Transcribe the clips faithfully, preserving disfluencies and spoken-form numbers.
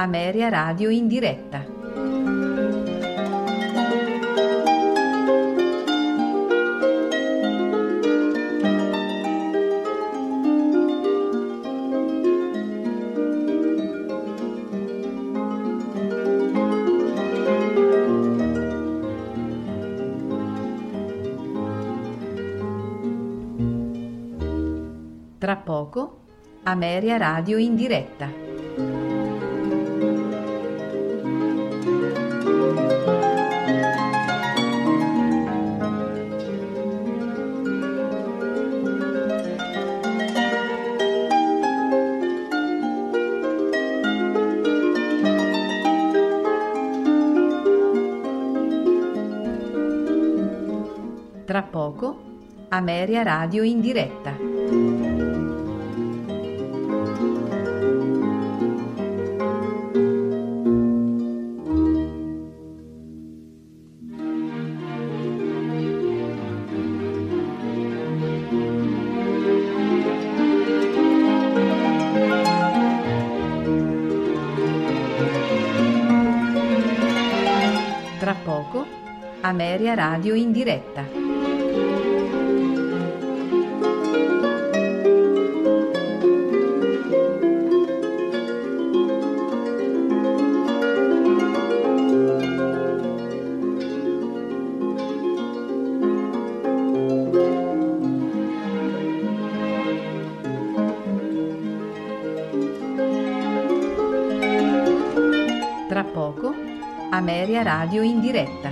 Ameria Radio in diretta. Tra poco, Ameria Radio in diretta. Tra poco, Ameria Radio in diretta. Tra poco, Ameria Radio in diretta. Tra poco, Ameria Radio in diretta.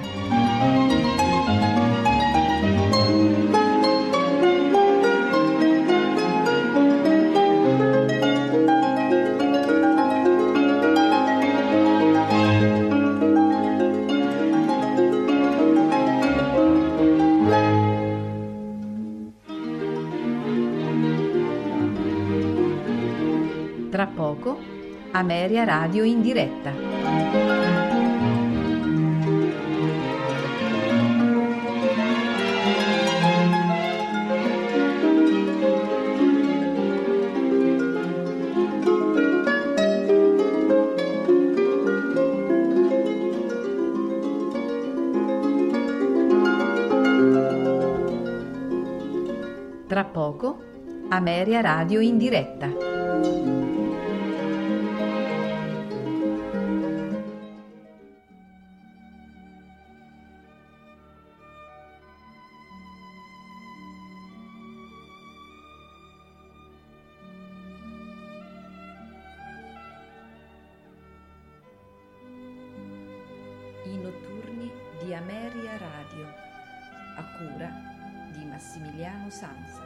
Tra poco, Ameria Radio in diretta. Tra poco, Ameria Radio in diretta. I notturni di Ameria Radio, a cura di Massimiliano Sanza.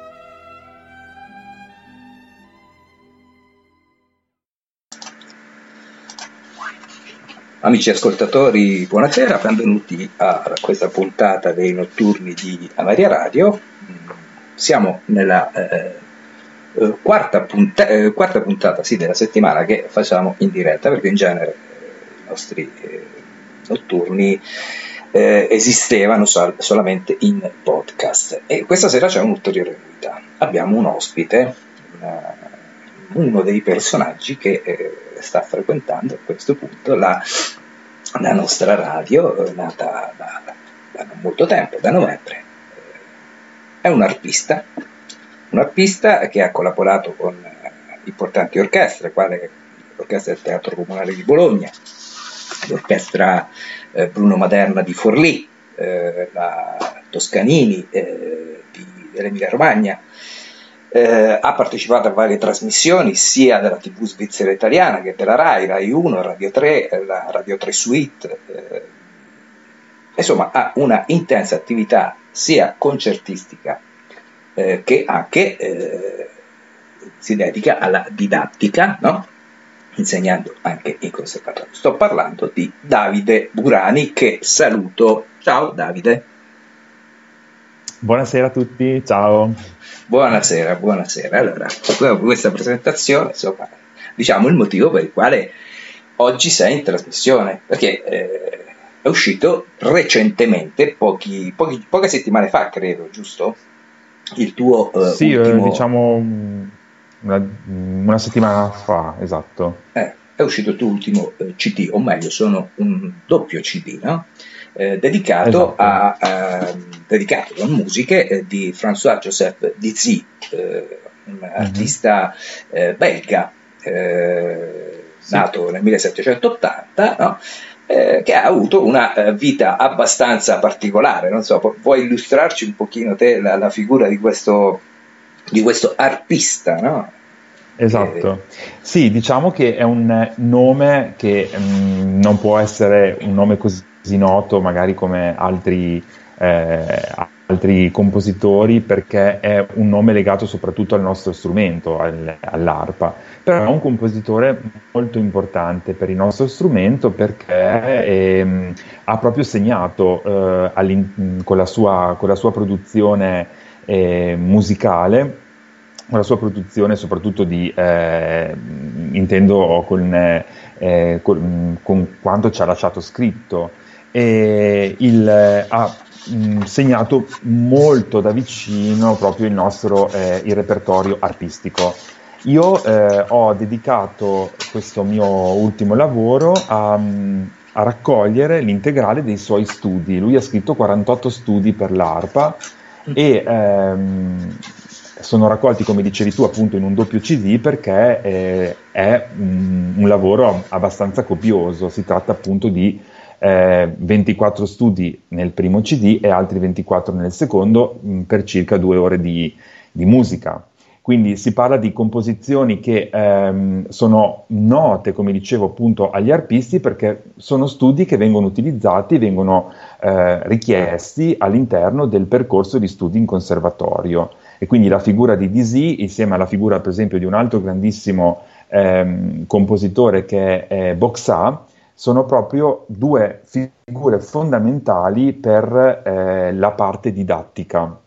Amici ascoltatori, buonasera, benvenuti a questa puntata dei notturni di Ameria Radio. Siamo nella eh, quarta, punta- eh, quarta puntata sì, della settimana che facciamo in diretta, perché in genere eh, i nostri eh, notturni eh, esistevano sol- solamente in podcast, e questa sera c'è un'ulteriore novità. Abbiamo un ospite, una, uno dei personaggi che eh, sta frequentando a questo punto la, la nostra radio, eh, nata da, da non molto tempo, da novembre. Eh, è un arpista, un arpista che ha collaborato con eh, importanti orchestre, quale l'Orchestra del Teatro Comunale di Bologna, l'Orchestra eh, Bruno Maderna di Forlì, eh, la Toscanini eh, di, dell'Emilia Romagna. Eh, ha partecipato a varie trasmissioni sia della tivù svizzera italiana che della Rai, Rai uno, Radio tre, la Radio tre Suite. Eh, insomma, ha una intensa attività sia concertistica eh, che anche eh, si dedica alla didattica, no? Insegnando anche in conservatorio. Sto parlando di Davide Burani, che saluto. Ciao Davide. Buonasera a tutti, ciao. Buonasera, buonasera. Allora, dopo questa presentazione, insomma, diciamo il motivo per il quale oggi sei in trasmissione, perché eh, è uscito recentemente, pochi, pochi, poche settimane fa, credo, giusto? Il tuo eh, sì, ultimo... eh, diciamo una, una settimana fa, esatto. Eh, è uscito il tuo ultimo eh, C D, o meglio sono un doppio C D, no? eh, dedicato, Esatto. a, a, dedicato a musiche eh, di François-Joseph Dizzy, eh, un Mhm. artista eh, belga, eh, Sì. nato nel millesettecentottanta, no? eh, che ha avuto una eh, vita abbastanza particolare. Non so, pu- vuoi illustrarci un pochino te la, la figura di questo, di questo arpista, no? Eh, Esatto, sì, diciamo che è un nome che mm, non può essere un nome così noto magari come altri, eh, altri compositori, perché è un nome legato soprattutto al nostro strumento, al- all'arpa, però è un compositore molto importante per il nostro strumento perché ehm, ha proprio segnato eh, all'in- con la sua, con la sua produzione eh, musicale, la sua produzione soprattutto di, eh, intendo con, eh, con, con quanto ci ha lasciato scritto, e il, ha mh, segnato molto da vicino proprio il nostro eh, il repertorio artistico. Io eh, ho dedicato questo mio ultimo lavoro a, a raccogliere l'integrale dei suoi studi. Lui ha scritto quarantotto studi per l'arpa e ehm, sono raccolti, come dicevi tu, appunto in un doppio C D perché eh, è un, un lavoro abbastanza copioso. Si tratta appunto di eh, ventiquattro studi nel primo C D e altri ventiquattro nel secondo, mh, per circa due ore di, di musica. Quindi si parla di composizioni che ehm, sono note, come dicevo appunto, agli arpisti perché sono studi che vengono utilizzati, vengono eh, richiesti all'interno del percorso di studi in conservatorio. E quindi la figura di Dizzy, insieme alla figura per esempio di un altro grandissimo ehm, compositore che è Boxat, sono proprio due figure fondamentali per eh, la parte didattica.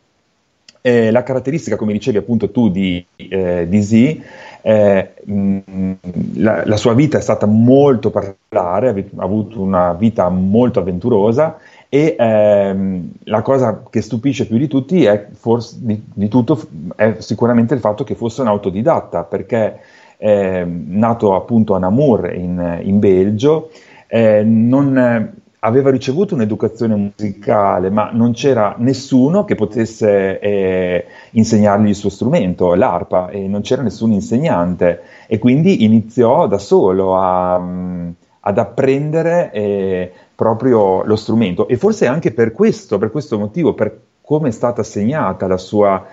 Eh, la caratteristica, come dicevi appunto tu, di eh, Dizzy, eh, mh, la, la sua vita è stata molto particolare, ha avut- ha avuto una vita molto avventurosa e ehm, la cosa che stupisce più di tutti è forse di, di tutto è sicuramente il fatto che fosse un autodidatta, perché eh, nato appunto a Namur in, in Belgio, eh, non aveva ricevuto un'educazione musicale, ma non c'era nessuno che potesse eh, insegnargli il suo strumento, l'arpa, e non c'era nessun insegnante, e quindi iniziò da solo a, mh, ad apprendere eh, proprio lo strumento, e forse anche per questo, per questo motivo, per come è stata segnata la sua,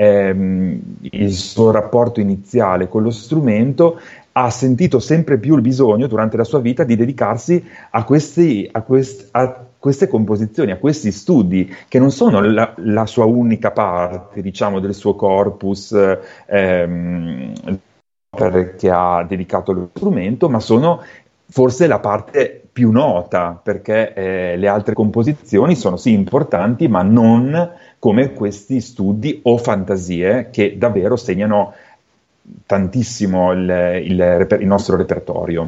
ehm, il suo rapporto iniziale con lo strumento, ha sentito sempre più il bisogno durante la sua vita di dedicarsi a, questi, a, quest, a queste composizioni, a questi studi, che non sono la, la sua unica parte, diciamo, del suo corpus ehm, che ha dedicato allo strumento, ma sono forse la parte più nota, perché eh, le altre composizioni sono sì importanti, ma non come questi studi o fantasie che davvero segnano tantissimo il, il, il nostro repertorio.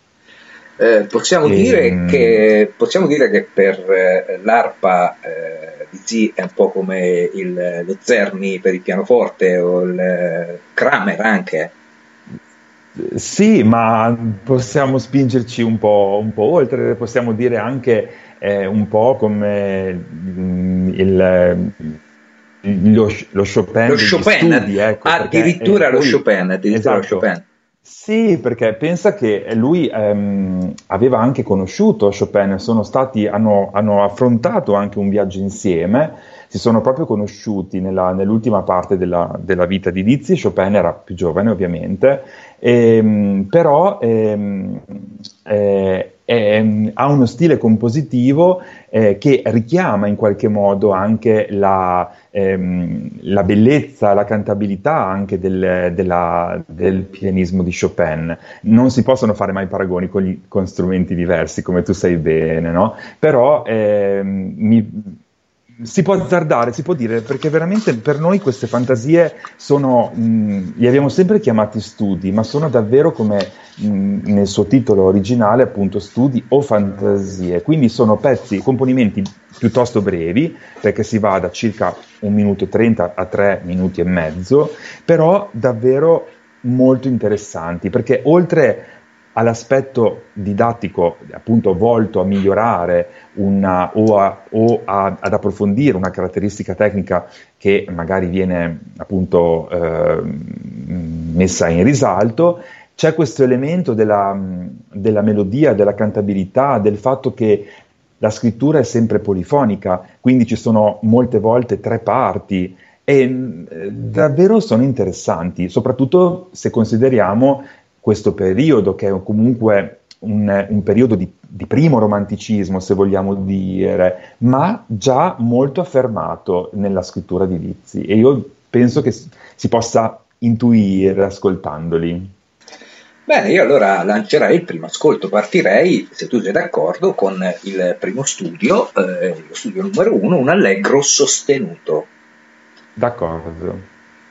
Eh, possiamo, E, dire che, possiamo dire che per eh, l'arpa eh, Dizzy è un po' come il, lo Czerny per il pianoforte, o il eh, Kramer anche. Sì, ma possiamo spingerci un po', un po' oltre, possiamo dire anche eh, un po' come mh, il, lo, lo Chopin Lo degli Chopin, studi, ecco, perché eh, addirittura lo poi, Chopin, addirittura lo esatto. Chopin. Sì, perché pensa che lui ehm, aveva anche conosciuto Chopin, sono stati, hanno, hanno affrontato anche un viaggio insieme, si sono proprio conosciuti nella- nell'ultima parte della, della vita di Dizzy. Chopin era più giovane ovviamente, ehm, però ehm, eh, ehm, ha uno stile compositivo eh, che richiama in qualche modo anche la, ehm, la bellezza, la cantabilità anche del, della- del pianismo di Chopin. Non si possono fare mai paragoni con, gli- con strumenti diversi, come tu sai bene, no? Però ehm, mi- si può azzardare, si può dire, perché veramente per noi queste fantasie sono, mh, li abbiamo sempre chiamati studi, ma sono davvero come mh, nel suo titolo originale, appunto, studi o fantasie. Quindi sono pezzi, componimenti piuttosto brevi, perché si va da circa un minuto e trenta a tre minuti e mezzo, però davvero molto interessanti, perché oltre all'aspetto didattico, appunto volto a migliorare una, o, a, o a, ad approfondire una caratteristica tecnica che magari viene appunto eh, messa in risalto, c'è questo elemento della, della melodia, della cantabilità, del fatto che la scrittura è sempre polifonica, quindi ci sono molte volte tre parti e eh, davvero sono interessanti, soprattutto se consideriamo questo periodo che è comunque un, un periodo di, di primo romanticismo, se vogliamo dire, ma già molto affermato nella scrittura di Lizzi, e io penso che si possa intuire ascoltandoli. Bene, io allora lancerei il primo ascolto, partirei, se tu sei d'accordo, con il primo studio, eh, lo studio numero uno, un allegro sostenuto. D'accordo.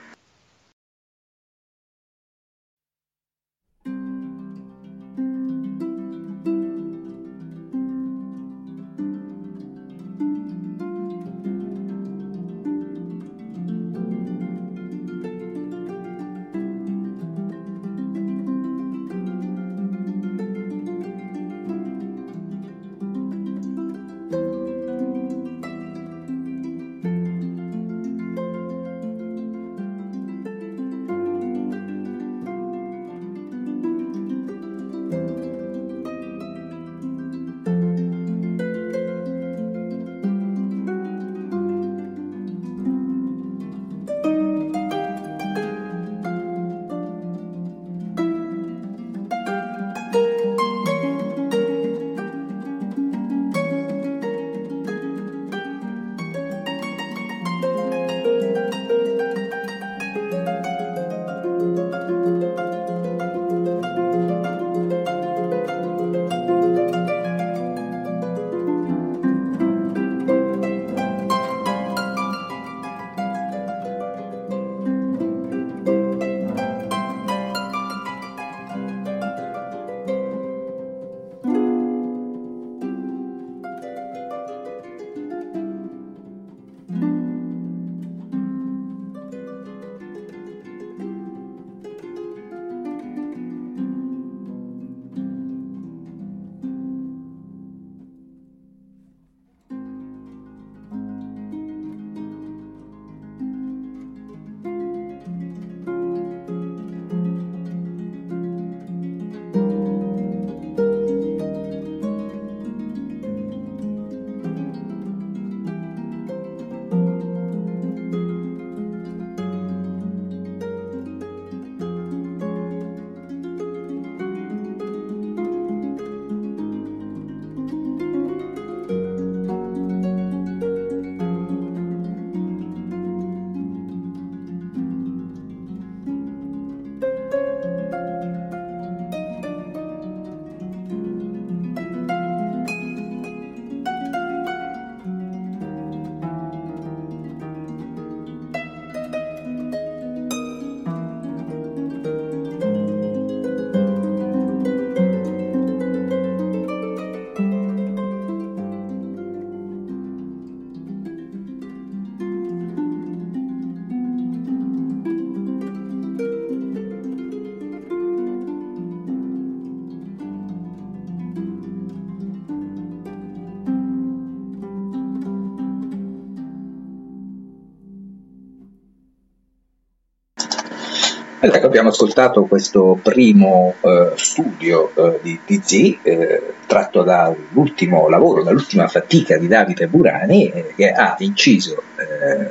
Ecco, abbiamo ascoltato questo primo eh, studio eh, di Lizzi, eh, tratto dall'ultimo lavoro, dall'ultima fatica di Davide Burani, eh, che ha inciso eh,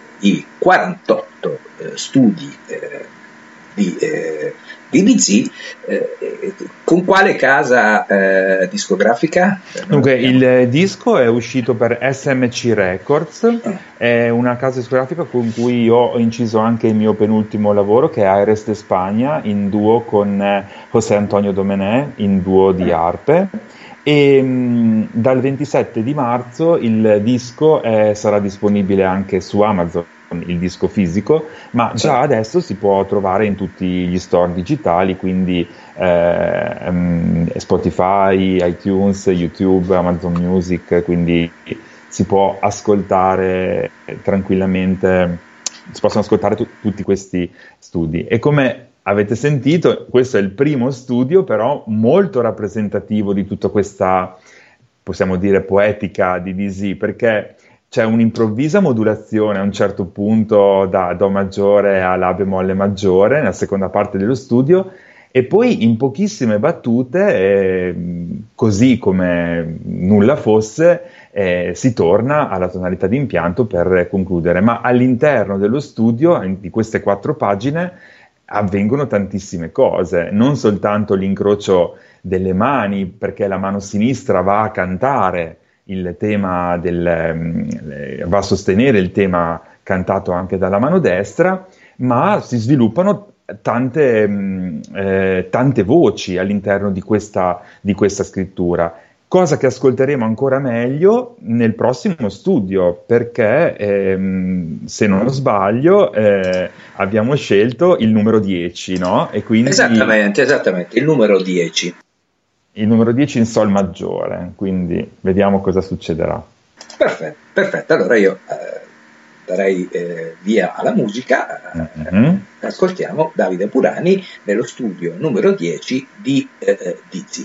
i quarantotto eh, studi eh, di, eh, di Lizzi. Eh, con quale casa eh, discografica? Dunque, il disco è uscito per S M C Records, è una casa discografica con cui io ho inciso anche il mio penultimo lavoro, che è Aires de Spagna, in duo con José Antonio Domenech, in duo di arpe. E mh, dal ventisette di marzo il disco è, sarà disponibile anche su Amazon, il disco fisico, ma già adesso si può trovare in tutti gli store digitali, quindi eh, um, Spotify, iTunes, YouTube, Amazon Music, quindi si può ascoltare tranquillamente, si possono ascoltare tu- tutti questi studi. E come avete sentito, questo è il primo studio, però molto rappresentativo di tutta questa, possiamo dire, poetica di Debussy, perché c'è un'improvvisa modulazione a un certo punto da Do maggiore a La bemolle maggiore, nella seconda parte dello studio, e poi in pochissime battute, eh, così come nulla fosse, eh, si torna alla tonalità di impianto per concludere. Ma all'interno dello studio, in, di queste quattro pagine, avvengono tantissime cose, non soltanto l'incrocio delle mani, perché la mano sinistra va a cantare il tema del, va a sostenere il tema cantato anche dalla mano destra, ma si sviluppano tante, eh, tante voci all'interno di questa, di questa scrittura, cosa che ascolteremo ancora meglio nel prossimo studio, perché ehm, se non sbaglio eh, abbiamo scelto il numero dieci, no? E quindi esattamente, esattamente, il numero dieci. Il numero dieci in sol maggiore, quindi vediamo cosa succederà. Perfetto, perfetto. Allora io eh, darei eh, via alla musica, eh, mm-hmm. ascoltiamo Davide Burani nello studio numero dieci di eh, Dizzy.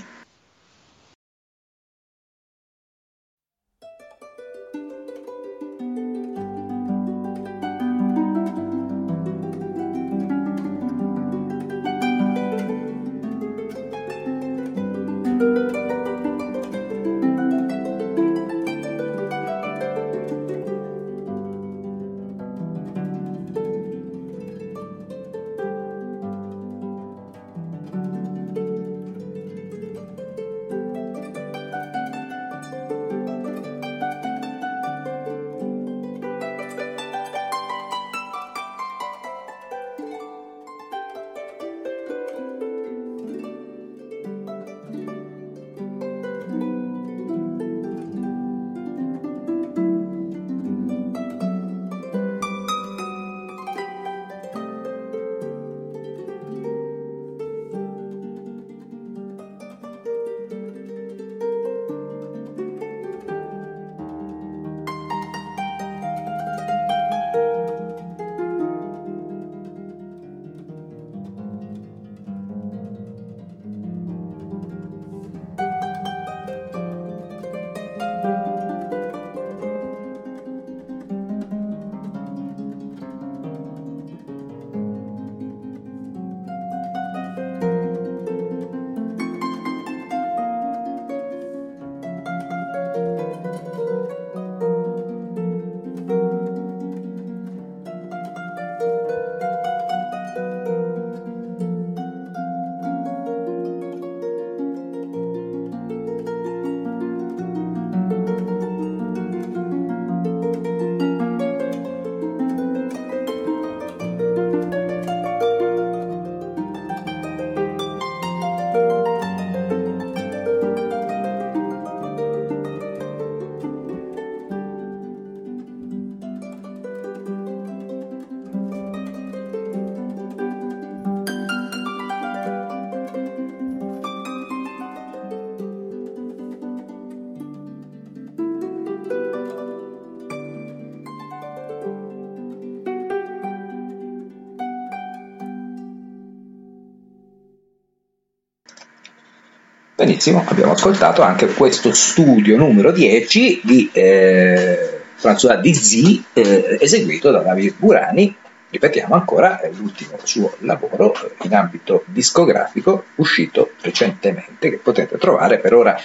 Benissimo, abbiamo ascoltato anche questo studio numero dieci di eh, François Debussy, eh, eseguito da Davide Burani. Ripetiamo ancora, è l'ultimo suo lavoro in ambito discografico uscito recentemente, che potete trovare per ora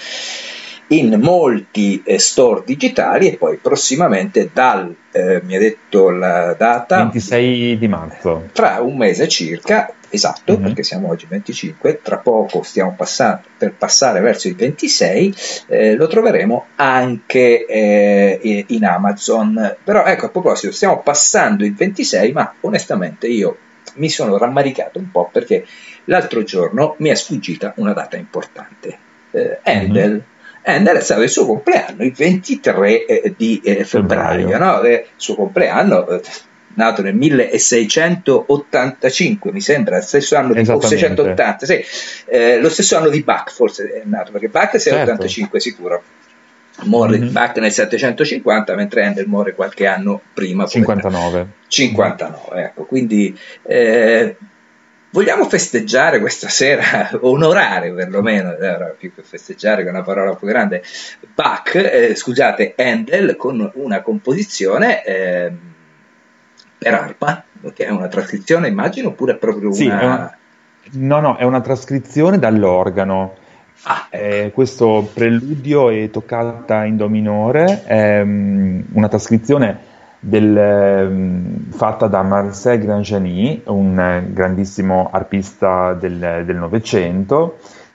in molti eh, store digitali e poi prossimamente dal, eh, mi ha detto la data, ventisei di marzo, tra un mese circa, esatto, mm-hmm. perché siamo oggi venticinque, tra poco stiamo passando per passare verso il ventisei, eh, lo troveremo anche eh, in Amazon. Però ecco, a proposito, stiamo passando il ventisei, ma onestamente io mi sono rammaricato un po' perché l'altro giorno mi è sfuggita una data importante. eh, Handel mm-hmm. Handel è stato il suo compleanno, il ventitré eh, di eh, febbraio, febbraio. No? Eh, il suo compleanno, eh, nato nel milleseicentottantacinque, mi sembra, lo stesso anno di seicentoottanta, sì, eh, lo stesso anno di Bach forse è nato, perché Bach è certo. ottantacinque sicuro, muore mm-hmm. Bach nel settecentocinquanta, mentre Handel muore qualche anno prima, cinquantanove, cinquantanove, ecco, quindi eh, Vogliamo festeggiare questa sera, onorare perlomeno, eh, più che festeggiare che è una parola più grande, Bach, eh, scusate, Handel, con una composizione eh, per arpa, che è una trascrizione immagino, oppure è proprio Sì, una... è una- no, no, è una trascrizione dall'organo. Ah, ecco. Eh, questo preludio e toccata in do minore è mm, una trascrizione del, ehm, fatta da Marcel Grangeny, un eh, grandissimo arpista del del Novecento,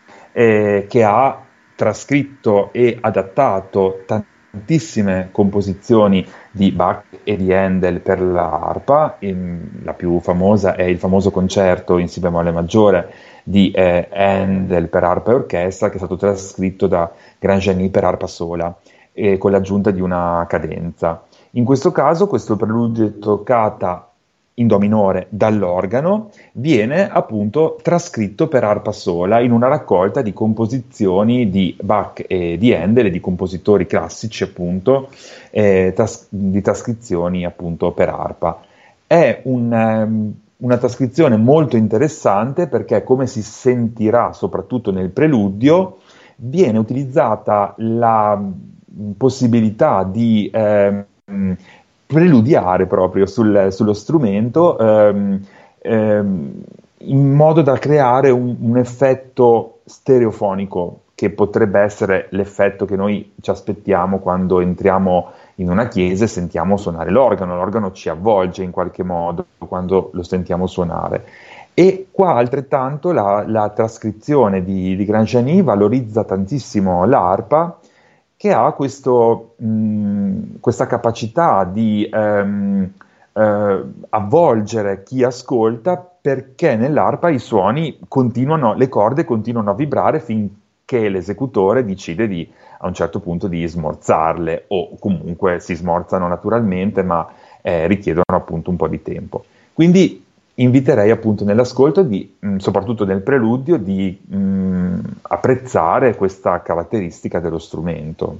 eh, che ha trascritto e adattato tantissime composizioni di Bach e di Handel per l'arpa. In- la più famosa è il famoso concerto in Si bemolle maggiore di eh, Handel per arpa e orchestra, che è stato trascritto da Grangeny per arpa sola, e con l'aggiunta di una cadenza. In questo caso, questo preludio e toccata in do minore dall'organo viene appunto trascritto per arpa sola in una raccolta di composizioni di Bach e di Handel e di compositori classici, appunto, eh, tras- di trascrizioni appunto per arpa. È un, ehm, una trascrizione molto interessante perché, come si sentirà soprattutto nel preludio, viene utilizzata la mh, possibilità di ehm, preludiare proprio sul- sullo strumento, ehm, ehm, in modo da creare un, un effetto stereofonico, che potrebbe essere l'effetto che noi ci aspettiamo quando entriamo in una chiesa e sentiamo suonare l'organo. L'organo ci avvolge in qualche modo quando lo sentiamo suonare. E qua altrettanto la, la trascrizione di, di Grangeny valorizza tantissimo l'arpa, che ha questo, mh, questa capacità di ehm, eh, avvolgere chi ascolta, perché nell'arpa i suoni continuano, le corde continuano a vibrare finché l'esecutore decide di, a un certo punto, di smorzarle, o comunque si smorzano naturalmente, ma eh, richiedono appunto un po' di tempo. Quindi inviterei appunto nell'ascolto, di, mh, soprattutto nel preludio, di mh, apprezzare questa caratteristica dello strumento.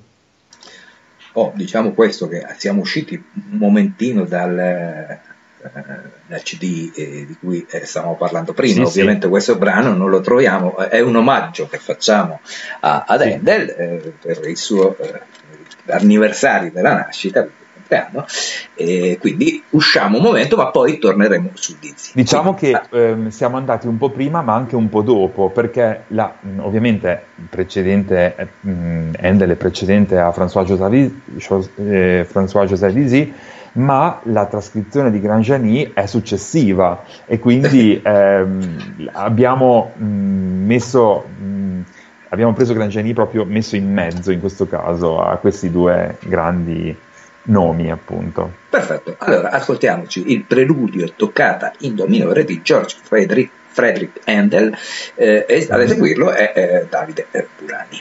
Oh, diciamo questo, che siamo usciti un momentino dal, eh, dal C D eh, di cui eh, stavamo parlando prima. Sì, sì, Ovviamente questo brano non lo troviamo, eh, è un omaggio che facciamo a, ad sì. Handel eh, per il suo eh, anniversario della nascita, il compleanno, e quindi usciamo un momento, ma poi torneremo su Dizzy. Diciamo Quindi, che ehm, siamo andati un po' prima, ma anche un po' dopo, perché la, mh, ovviamente precedente, eh, mh, Handel è precedente a François-Joseph eh, François-Joseph Lizzy, ma la trascrizione di Grangeny è successiva, e quindi ehm, abbiamo mh, messo, mh, abbiamo preso Grangeny proprio messo in mezzo, in questo caso, a questi due grandi nomi, appunto. perfetto, allora ascoltiamoci il preludio toccata in do minore di Georg Friedrich, Friedrich Handel, eh, e ad eseguirlo è eh, Davide eh, Burani.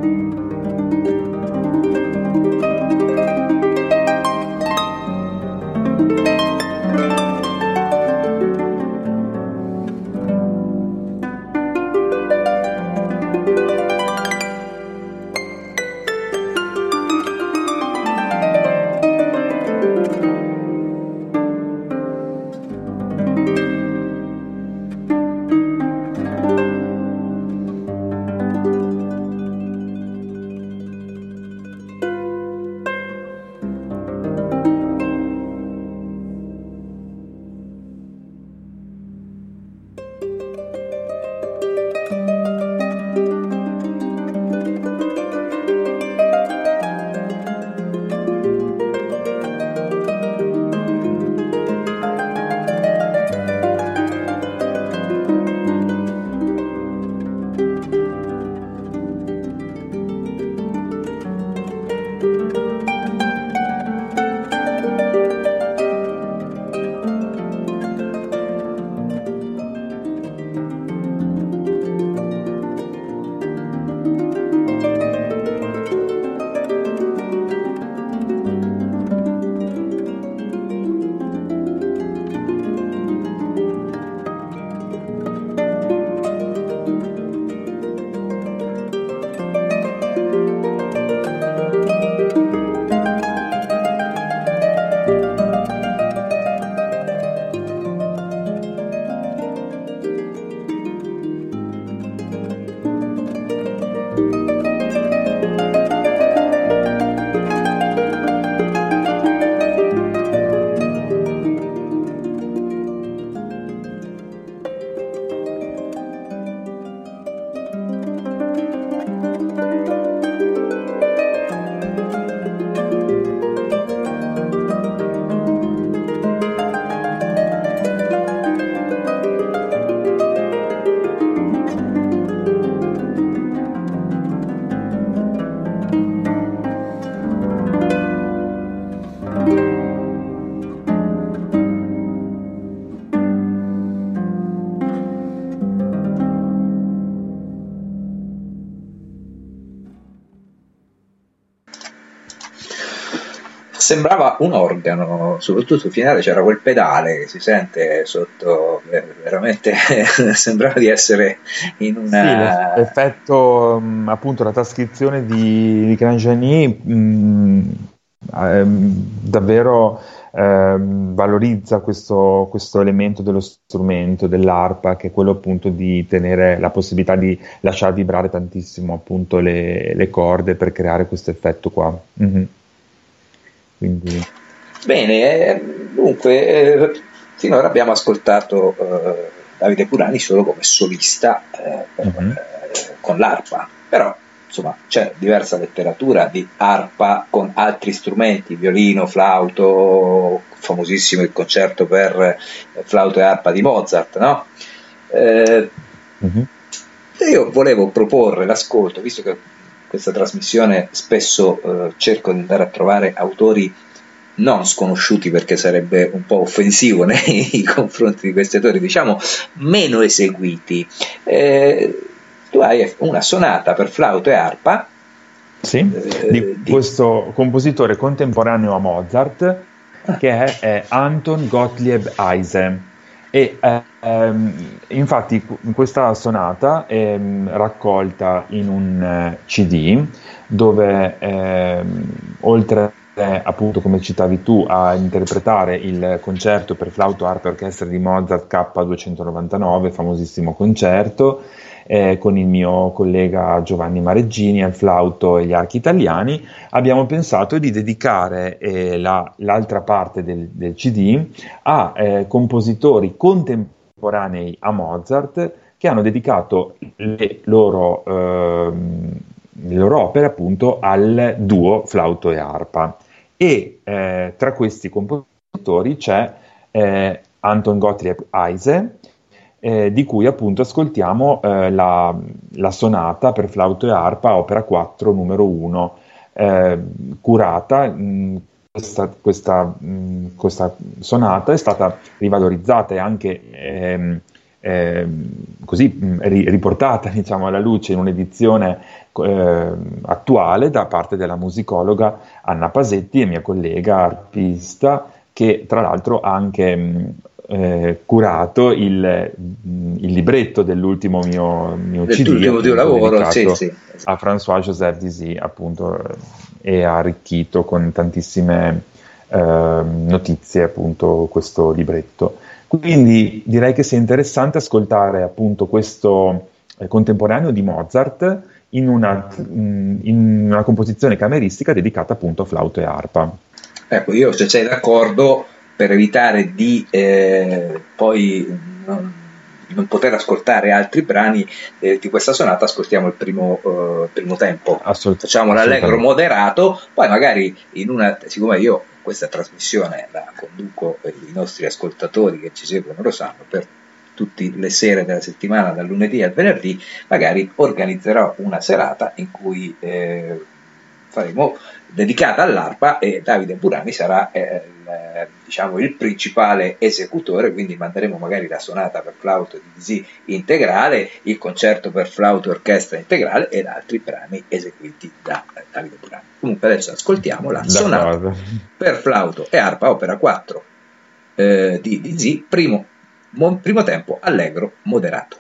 Sembrava un organo, soprattutto sul finale c'era quel pedale che si sente sotto, veramente sembrava di essere in una... Sì, l'effetto, appunto, la trascrizione di, di Crangeny mh, ehm, davvero ehm, valorizza questo, questo elemento dello strumento, dell'arpa, che è quello appunto di tenere la possibilità di lasciar vibrare tantissimo appunto le, le corde per creare questo effetto qua. Mm-hmm. Quindi... Bene, eh, dunque eh, finora abbiamo ascoltato eh, Davide Purani solo come solista eh, mm-hmm. eh, con l'arpa, però insomma c'è diversa letteratura di arpa con altri strumenti, violino, flauto, famosissimo il concerto per flauto e arpa di Mozart, no? Eh, mm-hmm. Io volevo proporre l'ascolto, visto che questa trasmissione spesso eh, cerco di andare a trovare autori non sconosciuti, perché sarebbe un po' offensivo nei confronti di questi autori, diciamo meno eseguiti. Eh, tu hai una sonata per flauto e arpa, sì, eh, di, di questo compositore contemporaneo a Mozart, ah. che è, è Anton Gottlieb Eise. E eh, ehm, infatti questa sonata è raccolta in un eh, C D dove ehm, oltre eh, appunto, come citavi tu, a interpretare il concerto per flauto, arpa e orchestra di Mozart K duecentonovantanove, famosissimo concerto, eh, con il mio collega Giovanni Mareggini al flauto e gli archi italiani, abbiamo pensato di dedicare eh, la, l'altra parte del, del C D a eh, compositori contemporanei a Mozart che hanno dedicato le loro, eh, le loro opere appunto al duo flauto e arpa. E eh, tra questi compositori c'è eh, Anton Gottlieb Eise, Eh, di cui appunto ascoltiamo eh, la, la sonata per flauto e arpa, opera quattro, numero uno, eh, curata. Mh, questa, questa, mh, questa sonata è stata rivalorizzata e anche ehm, eh, così mh, ri- riportata, diciamo, alla luce in un'edizione eh, attuale da parte della musicologa Anna Pasetti e mia collega arpista, che tra l'altro ha anche mh, eh, curato il, mh, il libretto dell'ultimo mio, mio C D, Dell'ultimo tuo lavoro, sì, dedicato sì. a François-Joseph Dizzy, appunto, e ha arricchito con tantissime eh, notizie, appunto, questo libretto. Quindi direi che sia interessante ascoltare, appunto, questo eh, contemporaneo di Mozart in una, mh, in una composizione cameristica dedicata appunto a flauto e arpa. Ecco, io se sei d'accordo, per evitare di eh, poi non, non poter ascoltare altri brani eh, di questa sonata, ascoltiamo il primo, eh, primo tempo. Assolut- Facciamo l'allegro moderato, poi magari in una, siccome io questa trasmissione la conduco, eh, i nostri ascoltatori che ci seguono lo sanno, per tutte le sere della settimana, dal lunedì al venerdì, magari organizzerò una serata in cui eh, faremo dedicata all'arpa e Davide Burani sarà eh, il, diciamo, il principale esecutore, quindi manderemo magari la sonata per flauto di Dizzy integrale, il concerto per flauto e orchestra integrale ed altri brani eseguiti da eh, Davide Burani. Comunque adesso ascoltiamo la sonata D'accordo. per flauto e arpa opera quattro eh, di Dizzy, primo, mo, primo tempo allegro moderato.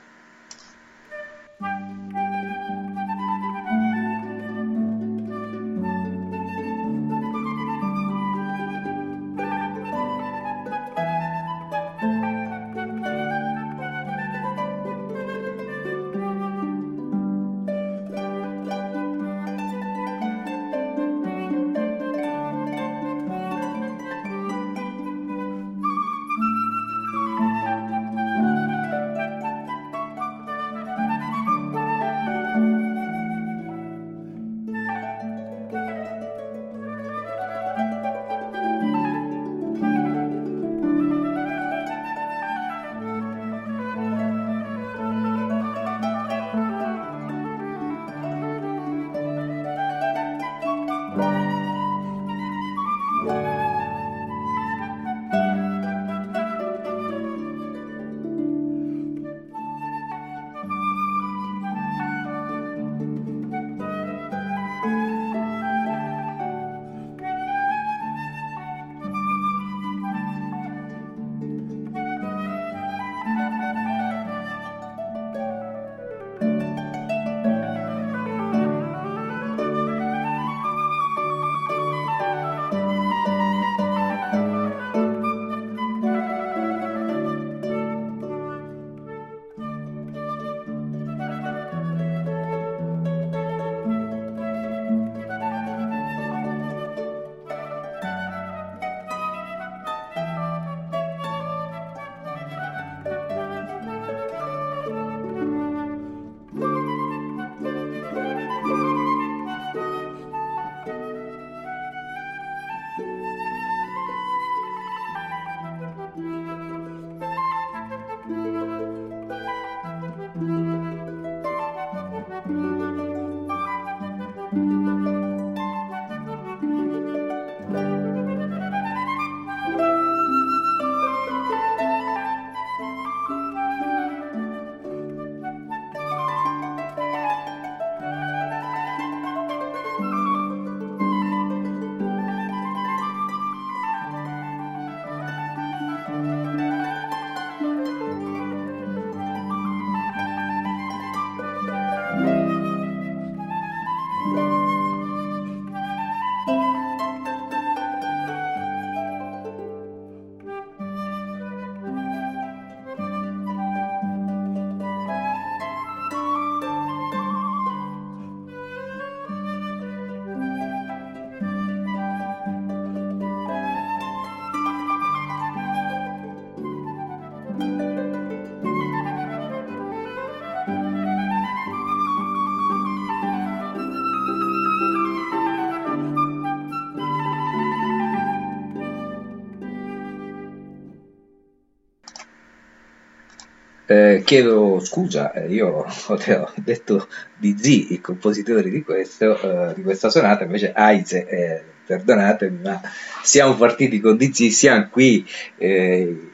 Eh, chiedo scusa, eh, io ho detto Dizzy, il compositore di, questo, eh, di questa sonata, invece Aize, eh, perdonatemi, ma siamo partiti con Dizzy, siamo qui eh,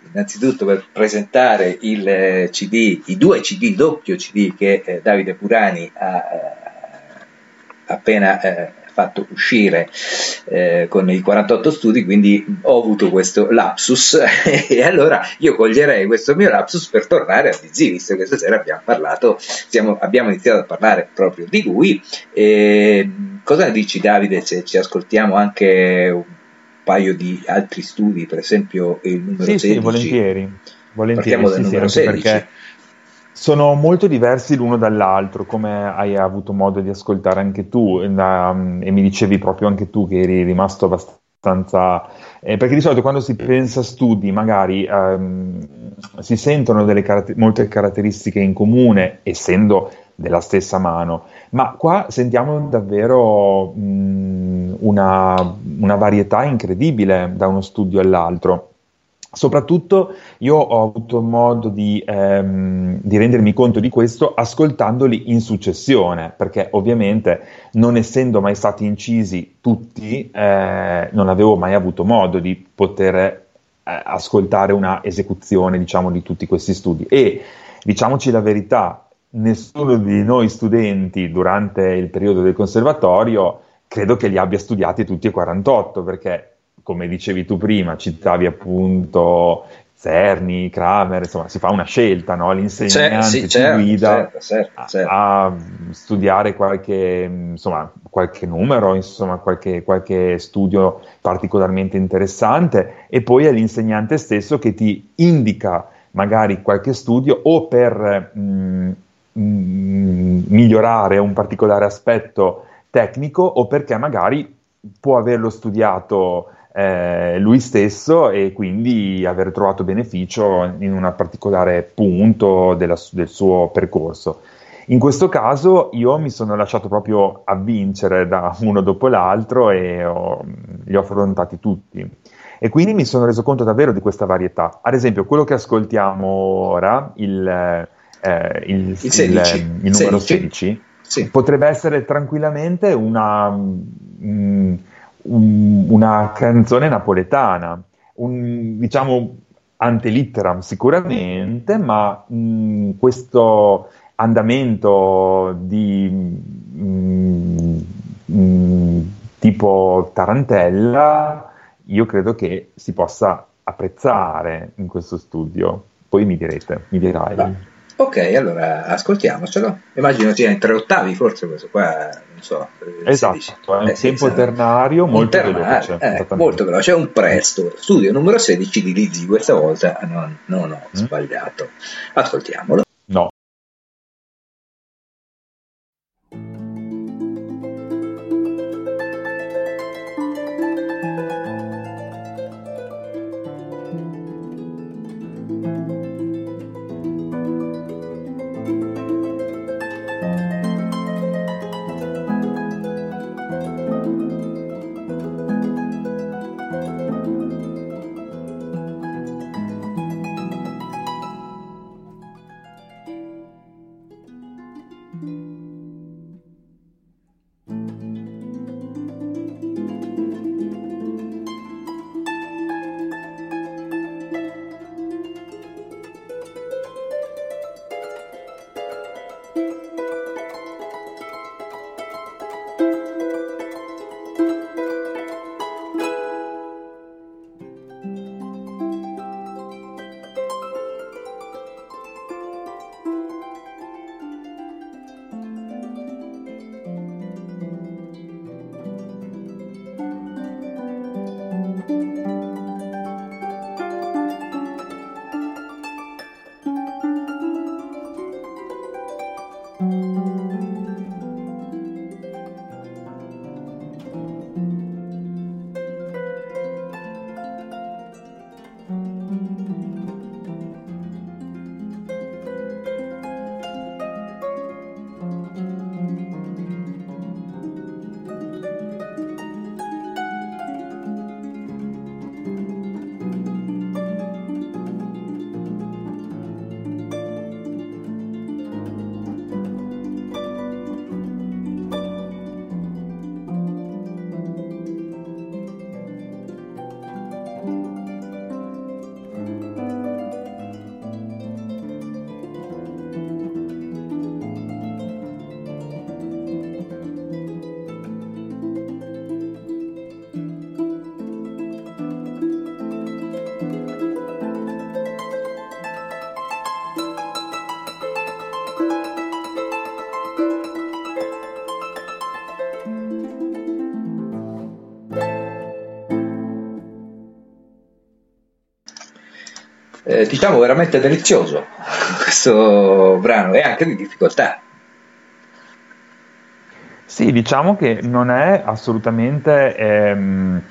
innanzitutto per presentare il C D, i due C D, doppio C D che eh, Davide Purani ha eh, appena eh, fatto uscire eh, con i quarantotto studi, quindi ho avuto questo lapsus e allora io coglierei questo mio lapsus per tornare a D Z, visto che stasera abbiamo parlato, siamo, abbiamo iniziato a parlare proprio di lui. E cosa ne dici, Davide, se ci ascoltiamo anche un paio di altri studi, per esempio il numero sì, sedici? Sì, volentieri, volentieri, Partiamo dal sì, numero sì, anche sedici. perché sono molto diversi l'uno dall'altro, come hai avuto modo di ascoltare anche tu, e, da- e mi dicevi proprio anche tu che eri rimasto abbastanza... eh, perché di solito quando si pensa a studi magari ehm, si sentono delle caratter- molte caratteristiche in comune, essendo della stessa mano, ma qua sentiamo davvero mh, una, una varietà incredibile da uno studio all'altro. Soprattutto io ho avuto modo di, ehm, di rendermi conto di questo ascoltandoli in successione, perché ovviamente non essendo mai stati incisi tutti, eh, non avevo mai avuto modo di poter eh, ascoltare una esecuzione, diciamo, di tutti questi studi. E diciamoci la verità, nessuno di noi studenti durante il periodo del conservatorio credo che li abbia studiati tutti e quarantotto, perché come dicevi tu prima, citavi appunto Cerny, Kramer, insomma si fa una scelta, no? L'insegnante Sì, ti certo, guida certo, certo, certo. a, a studiare qualche, insomma, qualche numero, insomma, qualche, qualche studio particolarmente interessante, e poi è l'insegnante stesso che ti indica magari qualche studio o per mh, mh, migliorare un particolare aspetto tecnico o perché magari può averlo studiato eh, lui stesso e quindi aver trovato beneficio in un particolare punto della, del suo percorso. In questo caso io mi sono lasciato proprio avvincere da uno dopo l'altro e ho, li ho affrontati tutti. E quindi mi sono reso conto davvero di questa varietà. Ad esempio, quello che ascoltiamo ora, il, eh, il, Il sedici. il, il numero sedici. sedici, Sì. potrebbe essere tranquillamente una... Mm, un, una canzone napoletana, un, diciamo ante litteram sicuramente, ma mh, questo andamento di mh, mh, tipo tarantella io credo che si possa apprezzare in questo studio. Poi mi direte, mi dirai. Va. Ok, allora ascoltiamocelo. Immagino sia in tre ottavi, forse questo qua, non so. Esatto, sedici. è un Eh, sì, tempo sì, ternario un molto ternario, veloce. eh, molto veloce, è un presto. Studio numero sedici di Lizzy, questa volta non, non ho Mm? sbagliato. Ascoltiamolo. No. eh, diciamo veramente delizioso questo brano, e anche di difficoltà. Sì, diciamo che non è assolutamente ehm,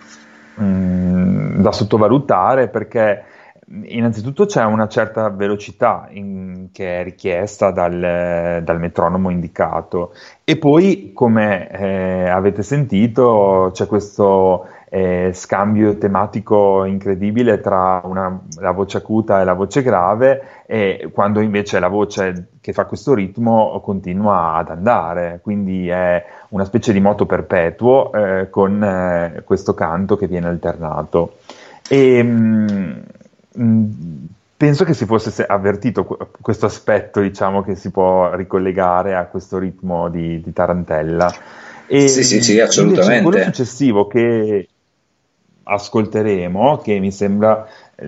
mh, da sottovalutare, perché innanzitutto c'è una certa velocità in- che è richiesta dal, dal metronomo indicato, e poi, come eh, avete sentito, c'è questo eh, scambio tematico incredibile tra una- la voce acuta e la voce grave, e quando invece la voce che fa questo ritmo continua ad andare, quindi è una specie di moto perpetuo eh, con eh, questo canto che viene alternato. E, mh, mh, penso che si fosse se- avvertito qu- questo aspetto, diciamo, che si può ricollegare a questo ritmo di, di tarantella. E Sì, sì, sì, mh, invece quello assolutamente. successivo che ascolteremo, che mi sembra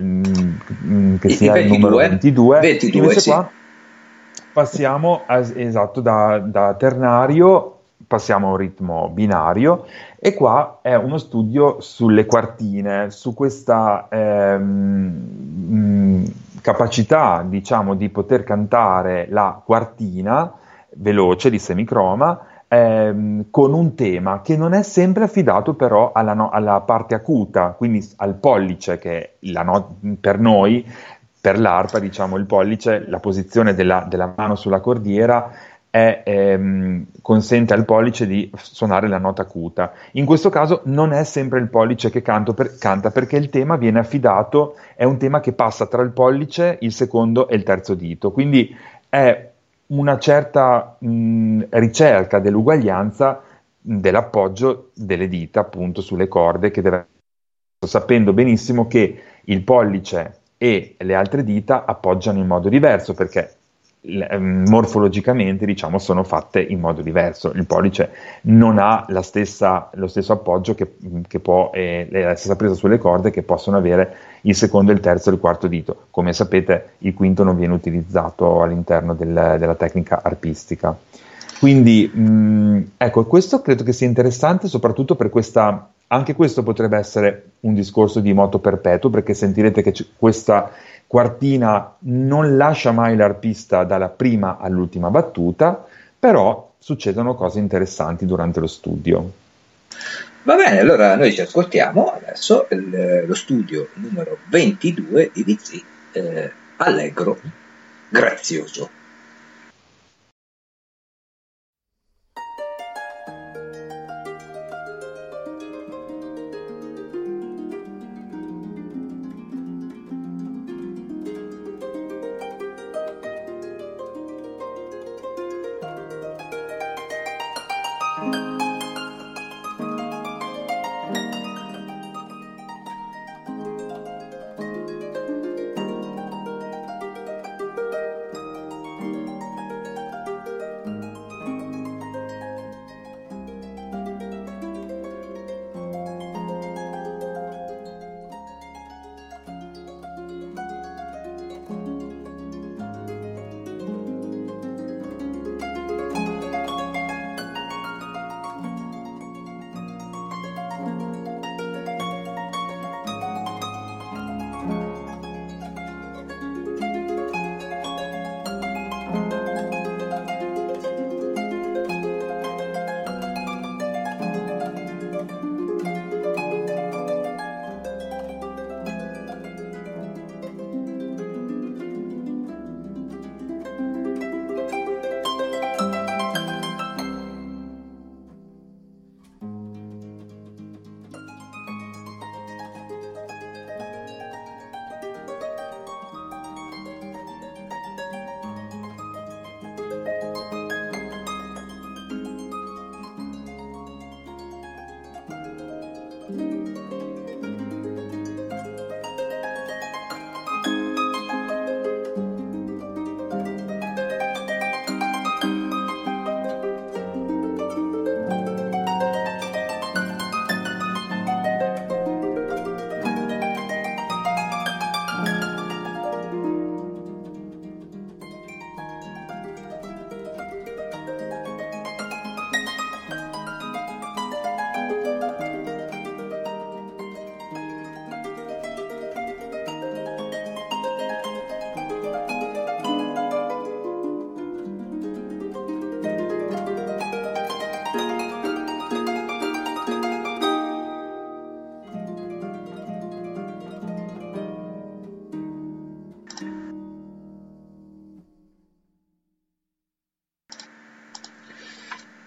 mh, che I, i sia il numero ventidue, ventidue, ventidue, invece sì. qua passiamo a- esatto da, da ternario, passiamo a un ritmo binario, e qua è uno studio sulle quartine, su questa ehm, mh, capacità, diciamo, di poter cantare la quartina veloce di semicroma, ehm, con un tema che non è sempre affidato però alla, no- alla parte acuta, quindi al pollice, che la no- per noi, per l'arpa, diciamo, il pollice, la posizione della, della mano sulla cordiera è, ehm, consente al pollice di suonare la nota acuta. In questo caso non è sempre il pollice che canto per- canta, perché il tema viene affidato, è un tema che passa tra il pollice, il secondo e il terzo dito, quindi è una certa mh, ricerca dell'uguaglianza dell'appoggio delle dita appunto sulle corde, che deve, sapendo benissimo che il pollice e le altre dita appoggiano in modo diverso, perché l- ehm, morfologicamente, diciamo, sono fatte in modo diverso. Il pollice non ha la stessa, lo stesso appoggio che, che può, eh, la stessa presa sulle corde che possono avere il secondo, il terzo e il quarto dito. Come sapete, il quinto non viene utilizzato all'interno del- della tecnica arpistica. Quindi, mh, ecco, questo credo che sia interessante, soprattutto per questa. Anche questo potrebbe essere un discorso di moto perpetuo, perché sentirete che c- questa quartina non lascia mai l'arpista dalla prima all'ultima battuta, però succedono cose interessanti durante lo studio. Va bene, allora noi ci ascoltiamo adesso il- lo studio numero ventidue di Vizi, eh, Allegro Grazioso.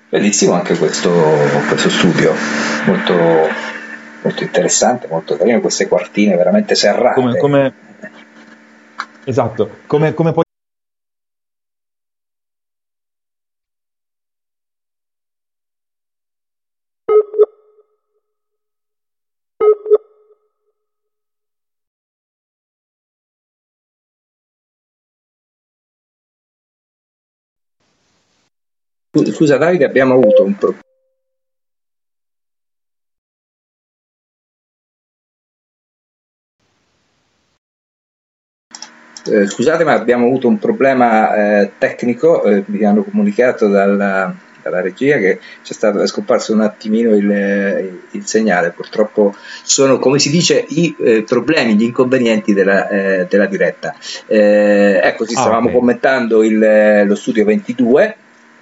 Bellissimo anche questo, questo studio, molto, molto interessante, molto carino, queste quartine veramente serrate. Come, come, esatto, come, come poi Scusa Davide, abbiamo avuto un problema. Eh, scusate, ma abbiamo avuto un problema eh, tecnico, eh, mi hanno comunicato dalla, dalla regia che c'è stato, è scomparso un attimino il, il segnale, purtroppo sono, come si dice, i eh, problemi, gli inconvenienti della, eh, della diretta. Eh, ecco, sì, stavamo ah, okay. commentando il, lo studio ventidue,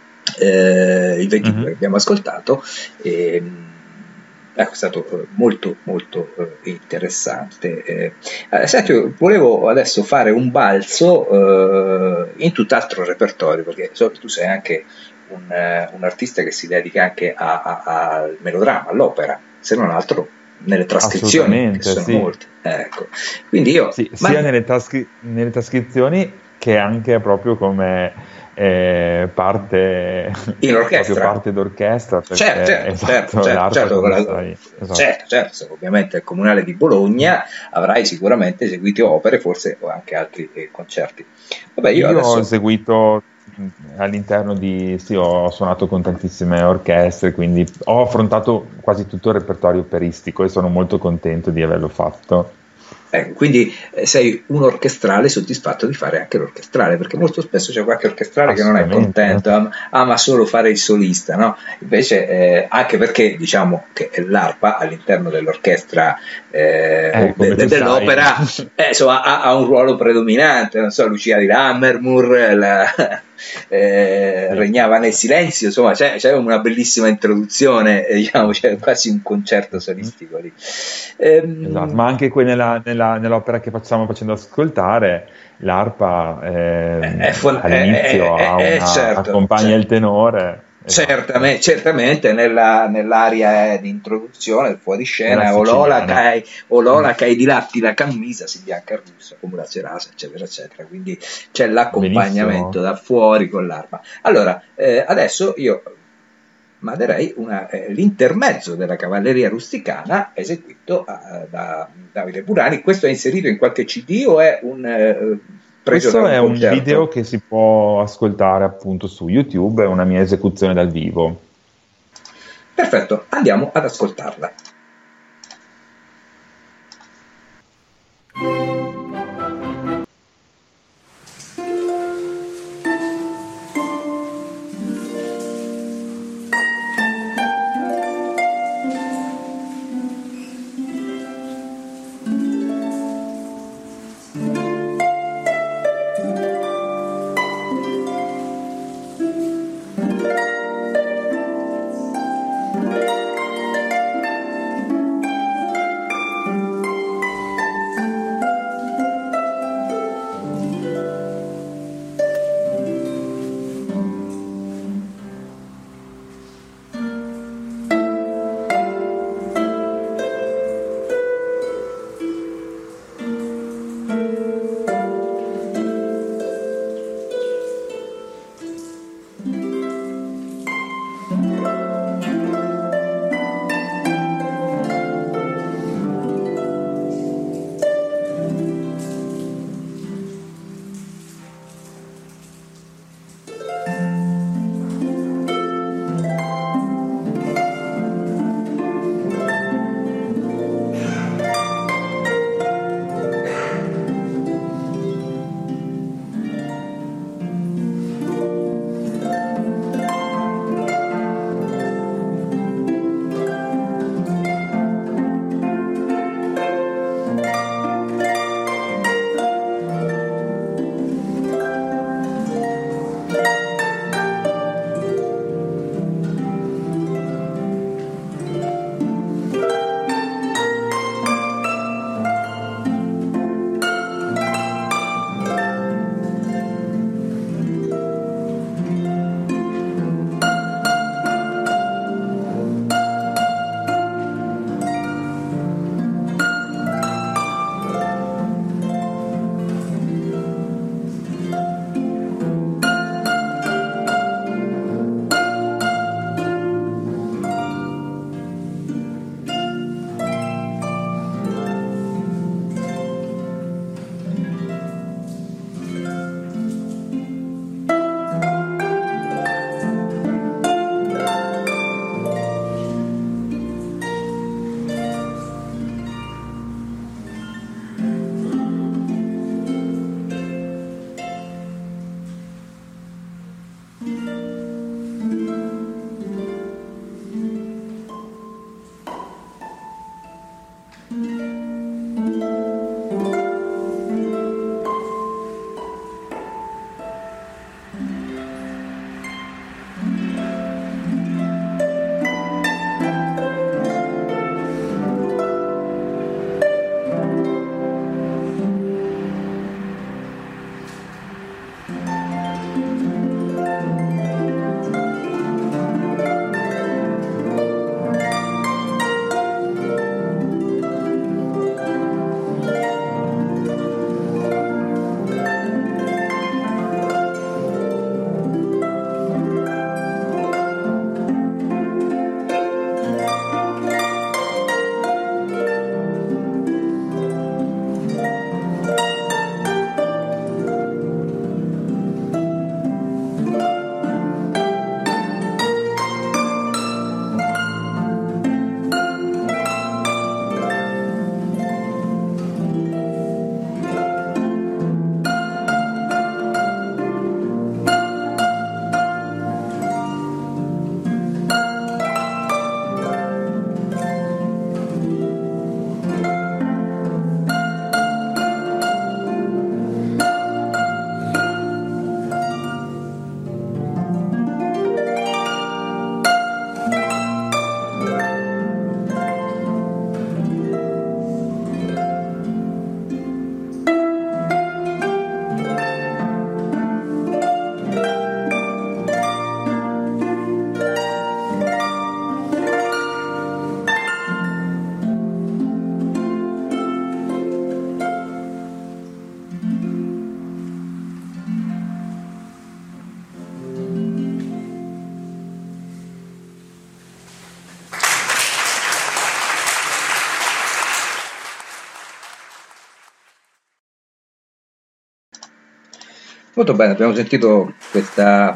eh, il ventidue mm-hmm. che abbiamo ascoltato, e, ecco, è stato molto molto eh, interessante. Eh, senti, volevo adesso fare un balzo eh, in tutt'altro repertorio, perché so che tu sei anche un, eh, un artista che si dedica anche al melodramma, all'opera, se non altro nelle trascrizioni, che sono sì. molte. Ecco. Quindi io, sì, ma... sia nelle, trascri- nelle trascrizioni che anche proprio come Eh, parte in orchestra, parte d'orchestra, perché, certo, certo, esatto, certo, certo, la, sai, esatto. certo, certo, ovviamente al Comunale di Bologna avrai sicuramente eseguito opere, forse anche altri eh, concerti. Vabbè, io, io adesso... ho eseguito all'interno di sì, ho suonato con tantissime orchestre, quindi ho affrontato quasi tutto il repertorio operistico e sono molto contento di averlo fatto. Ecco, quindi eh, sei un orchestrale soddisfatto di fare anche l'orchestrale, perché molto spesso c'è qualche orchestrale che non è contento, ama, ama solo fare il solista, no? Invece eh, anche perché diciamo che l'arpa all'interno dell'orchestra eh, eh, de, de, dell'opera eh, insomma, ha, ha un ruolo predominante, non so, Lucia di Lammermoor, la, eh, sì. regnava nel silenzio, insomma c'è, c'è una bellissima introduzione, eh, diciamo, c'è quasi un concerto solistico lì. Ehm, esatto, ma anche qui nella, nella, nell'opera che facciamo facendo ascoltare, l'arpa eh, è fon- all'inizio è, è, è, una, certo, accompagna certo. il tenore. Certamente, esatto. certamente nella, nell'area di introduzione, il fuoriscena, o Lola cai, o Lola cai di latti la camisa, si bianca russa, come la cerasa, eccetera, eccetera. Quindi c'è l'accompagnamento Benissimo. da fuori con l'arpa. Allora, eh, adesso io manderei una, eh, l'intermezzo della cavalleria rusticana eseguito uh, da Davide Burani. Questo è inserito in qualche C D o è un... Uh, Questo è un video che si può ascoltare appunto su YouTube, è una mia esecuzione dal vivo. Perfetto, andiamo ad ascoltarla. Molto bene, abbiamo sentito questa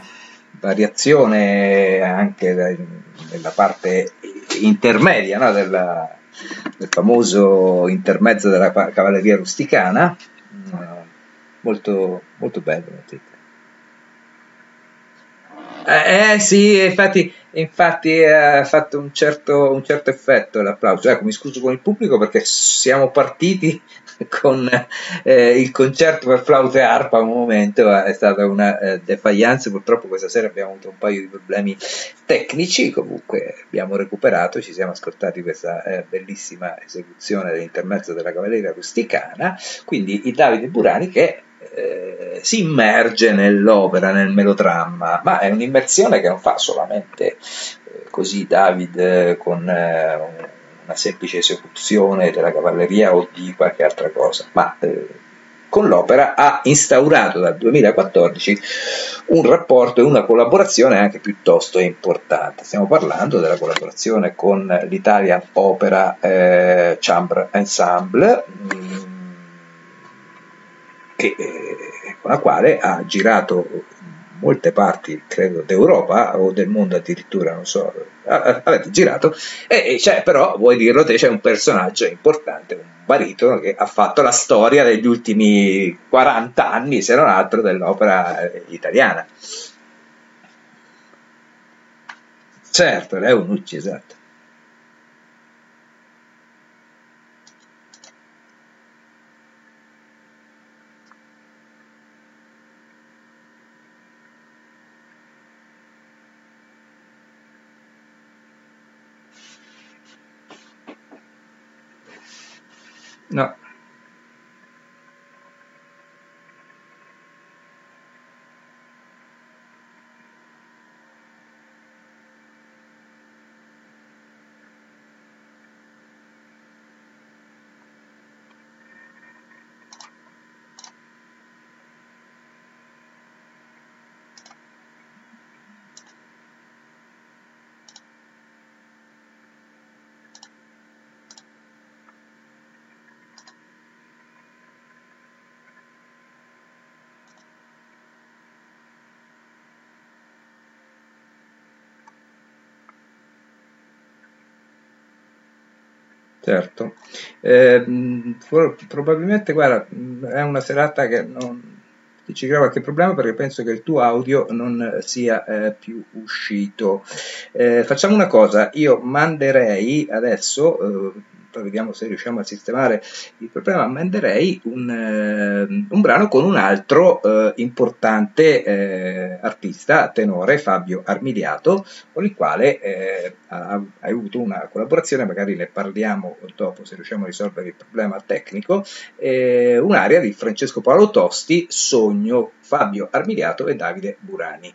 variazione anche nella parte intermedia, no? Della, del famoso intermezzo della cavalleria rusticana, molto, molto bello. Eh, eh sì, infatti, infatti ha fatto un certo, un certo effetto l'applauso. Ecco, mi scuso con il pubblico perché siamo partiti con eh, il concerto per flauto e arpa, un momento è stata una eh, defiance, purtroppo questa sera abbiamo avuto un paio di problemi tecnici, comunque abbiamo recuperato, ci siamo ascoltati questa eh, bellissima esecuzione dell'intermezzo della cavalleria rusticana, quindi il Davide Burani che eh, si immerge nell'opera, nel melodramma, ma è un'immersione che non fa solamente eh, così David con eh, un una semplice esecuzione della cavalleria o di qualche altra cosa, ma eh, con l'opera ha instaurato dal duemilaquattordici un rapporto e una collaborazione anche piuttosto importante. Stiamo parlando della collaborazione con l'Italian Opera eh, Chamber Ensemble, mh, che, eh, con la quale ha girato molte parti, credo, d'Europa o del mondo addirittura, non so, avete girato, e c'è però, vuoi dirlo te, c'è un personaggio importante, un baritono che ha fatto la storia degli ultimi quaranta anni, se non altro, dell'opera italiana. Certo, Leo Nucci, esatto. No. Certo, eh, probabilmente guarda, è una serata che non ti ci crea qualche problema perché penso che il tuo audio non sia eh, più uscito. Eh, facciamo una cosa, io manderei adesso, eh, poi vediamo se riusciamo a sistemare il problema, manderei un, eh, un brano con un altro eh, importante eh, artista, tenore, Fabio Armiliato, con il quale eh, ha, hai avuto una collaborazione, magari ne parliamo dopo se riusciamo a risolvere il problema tecnico, eh, un'aria di Francesco Paolo Tosti, Sogno, Fabio Armiliato e Davide Burani.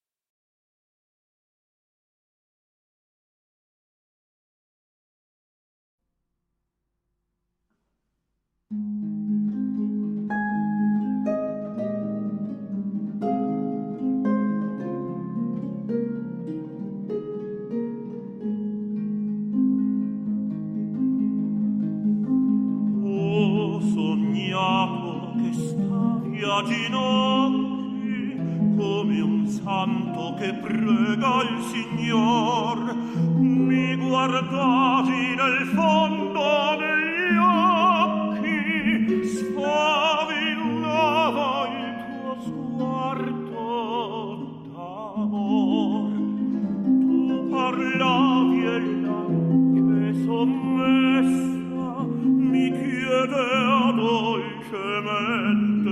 A ginocchi come un santo che prega il Signor, mi guardavi nel fondo degli occhi, sfavillava il tuo sguardo d'amor, tu parlavi e l'anche sommessa mi chiedea dolcemente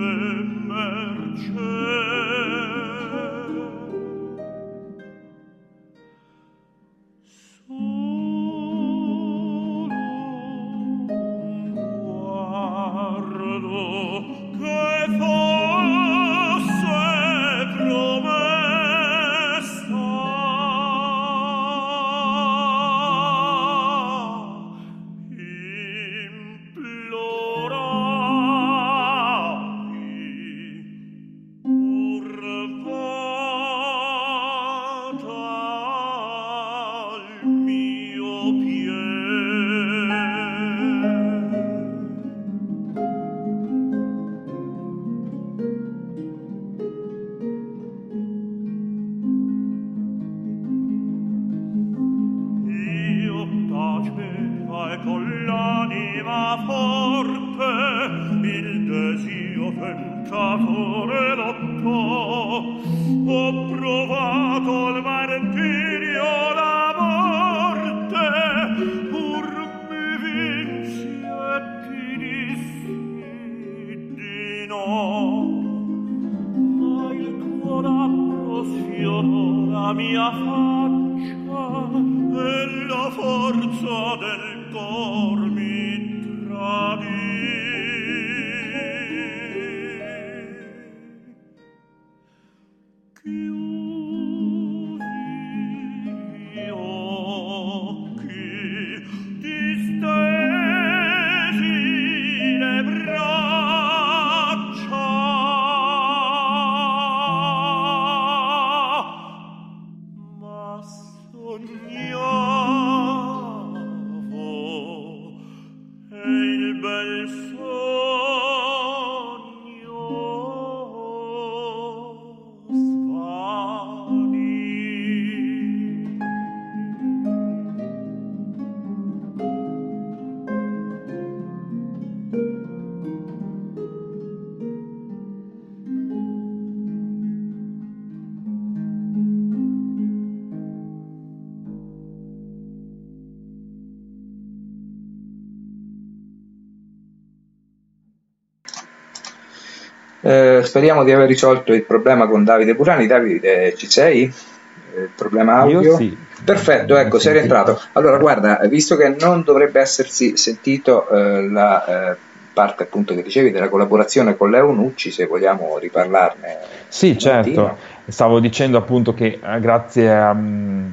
Eh, speriamo di aver risolto il problema con Davide Burani. Davide, ci sei? Il problema audio? Io sì. Perfetto, ecco, sei rientrato. Allora, guarda, visto che non dovrebbe essersi sentito eh, la eh, parte appunto che dicevi della collaborazione con Leo Nucci, se vogliamo riparlarne. Sì, certo. Stavo dicendo appunto che eh, grazie a... Um,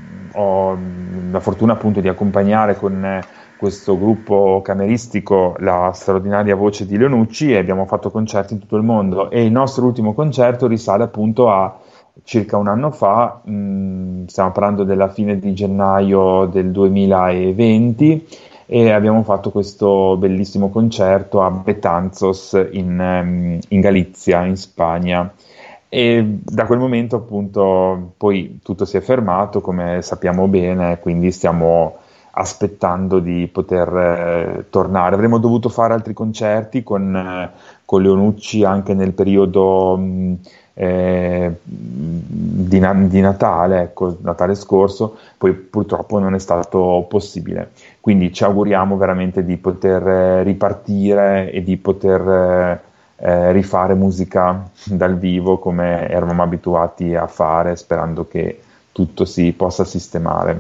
ho la fortuna appunto di accompagnare con... Eh, questo gruppo cameristico la straordinaria voce di Leo Nucci e abbiamo fatto concerti in tutto il mondo e il nostro ultimo concerto risale appunto a circa un anno fa, mh, stiamo parlando della fine di gennaio del duemilaventi e abbiamo fatto questo bellissimo concerto a Betanzos in, in Galizia, in Spagna. E da quel momento appunto poi tutto si è fermato, come sappiamo bene, quindi stiamo aspettando di poter eh, tornare. Avremmo dovuto fare altri concerti con, eh, con Leo Nucci anche nel periodo mh, eh, di, di Natale, ecco, Natale scorso, poi purtroppo non è stato possibile. Quindi ci auguriamo veramente di poter ripartire e di poter eh, rifare musica dal vivo come eravamo abituati a fare, sperando che tutto si possa sistemare.